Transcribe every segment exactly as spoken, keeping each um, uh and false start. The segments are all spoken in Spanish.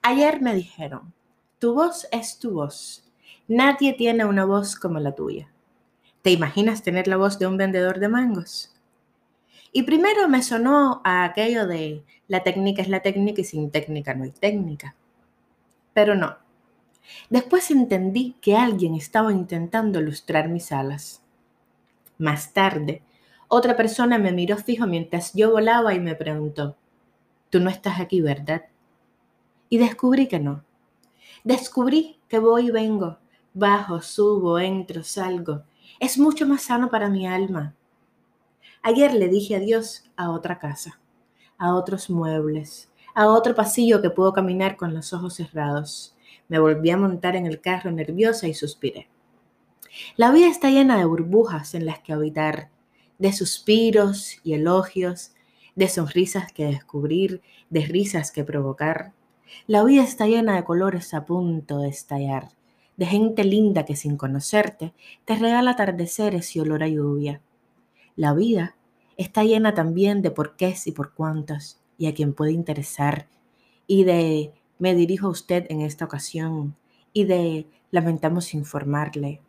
Ayer me dijeron, tu voz es tu voz. Nadie tiene una voz como la tuya. ¿Te imaginas tener la voz de un vendedor de mangos? Y primero me sonó a aquello de la técnica es la técnica y sin técnica no hay técnica. Pero no. Después entendí que alguien estaba intentando lustrar mis alas. Más tarde, otra persona me miró fijo mientras yo volaba y me preguntó, tú no estás aquí, ¿verdad? Y descubrí que no. Descubrí que voy y vengo, bajo, subo, entro, salgo. Es mucho más sano para mi alma. Ayer le dije adiós a otra casa, a otros muebles, a otro pasillo que puedo caminar con los ojos cerrados. Me volví a montar en el carro nerviosa y suspiré. La vida está llena de burbujas en las que habitar, de suspiros y elogios, de sonrisas que descubrir, de risas que provocar. La vida está llena de colores a punto de estallar, de gente linda que sin conocerte te regala atardeceres y olor a lluvia. La vida está llena también de porqués y por cuántos, y a quien puede interesar, y de me dirijo a usted en esta ocasión, y de lamentamos informarle.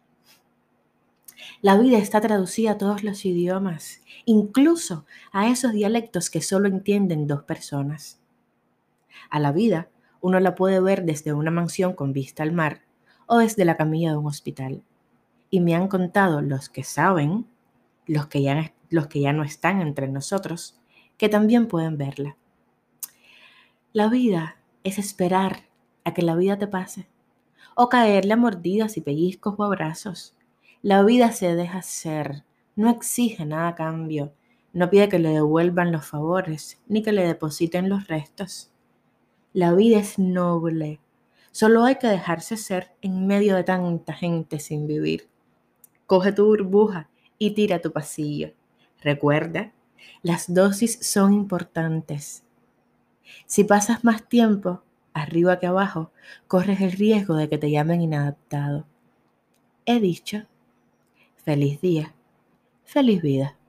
La vida está traducida a todos los idiomas, incluso a esos dialectos que solo entienden dos personas. A la vida uno la puede ver desde una mansión con vista al mar o desde la camilla de un hospital. Y me han contado los que saben, los que ya, los que ya no están entre nosotros, que también pueden verla. La vida es esperar a que la vida te pase o caerle a mordidas y pellizcos o abrazos. La vida se deja ser, no exige nada a cambio, no pide que le devuelvan los favores ni que le depositen los restos. La vida es noble, solo hay que dejarse ser en medio de tanta gente sin vivir. Coge tu burbuja y tira tu pasillo. Recuerda, las dosis son importantes. Si pasas más tiempo arriba que abajo, corres el riesgo de que te llamen inadaptado. He dicho, feliz día, feliz vida.